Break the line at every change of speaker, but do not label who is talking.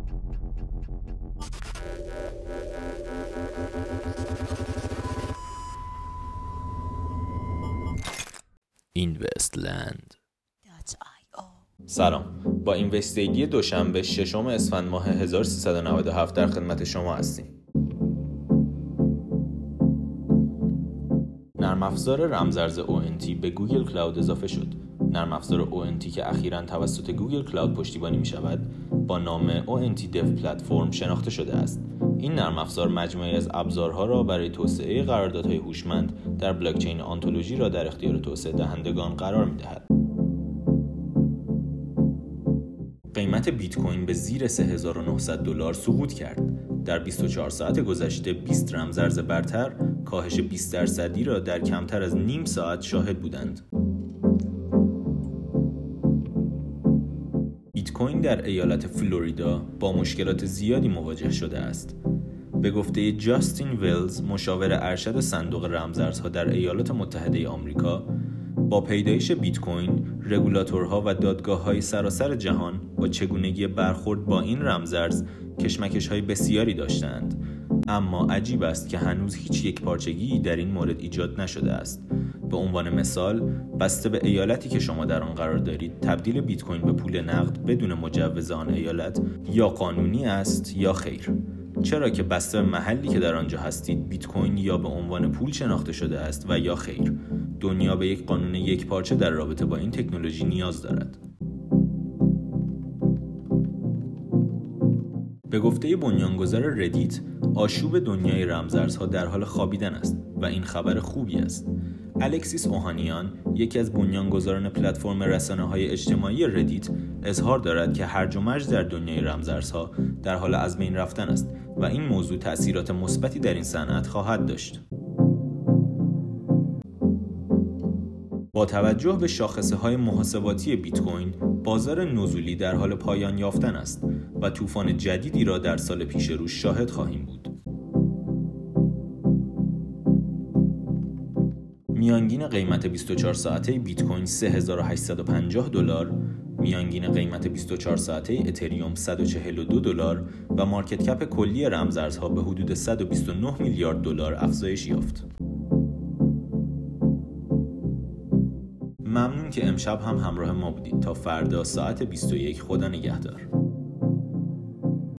Investland.
سلام، با اینوستیگی دوشنبه 6 اسفند ماه 1397 در خدمت شما هستیم. نرم افزار رمزارز ONT به گوگل کلاود اضافه شد. نرم افزار ONT که اخیراً توسط گوگل کلاود پشتیبانی می شود، با نام ONT Dev Platform شناخته شده است. این نرم افزار مجموعی از ابزارها را برای توسعه قراردادهای هوشمند در بلاکچین آنتولوژی را در اختیار توسعه دهندگان قرار می دهد. قیمت بیت کوین به زیر $3900 سقوط کرد. در 24 ساعت گذشته 20 رمزارز برتر کاهش 20% را در کمتر از نیم ساعت شاهد بودند. بیت کوین در ایالت فلوریدا با مشکلات زیادی مواجه شده است. به گفته جاستین ویلز، مشاور ارشد صندوق رمزارزها در ایالات متحده آمریکا، با پیدایش بیت کوین، رگولاتورها و دادگاه‌های سراسر جهان با چگونگی برخورد با این رمزارز کشمکش‌های بسیاری داشتند. اما عجیب است که هنوز هیچ یکپارچگی در این مورد ایجاد نشده است. به عنوان مثال، بسته به ایالتی که شما در آن قرار دارید، تبدیل بیت کوین به پول نقد بدون مجوز آن ایالت یا قانونی است یا خیر. چرا که بسته به محلی که در آنجا هستید، بیت کوین یا به عنوان پول شناخته شده است و یا خیر. دنیا به یک قانون یکپارچه در رابطه با این تکنولوژی نیاز دارد. به گفته بنیانگذار ردیت، آشوب دنیای رمزارزها در حال خوابیدن است و این خبر خوبی است. الکسیس اوهانیان، یکی از بنیانگذاران پلتفرم رسانه‌های اجتماعی ردیت، اظهار دارد که هرج و مرج در دنیای رمزارزها در حال از بین رفتن است و این موضوع تأثیرات مثبتی در این صنعت خواهد داشت. با توجه به شاخصه‌های محاسباتی بیت کوین، بازار نزولی در حال پایان یافتن است و طوفان جدیدی را در سال پیش رو شاهد خواهیم بود. میانگین قیمت 24 ساعته بیت کوین $3850، میانگین قیمت 24 ساعته اتریوم $142 و مارکت کپ کلی رمزارزها به حدود $129 میلیارد افزایش یافت. ممنون که امشب هم همراه ما بودید. تا فردا ساعت 21 خدا نگهدار.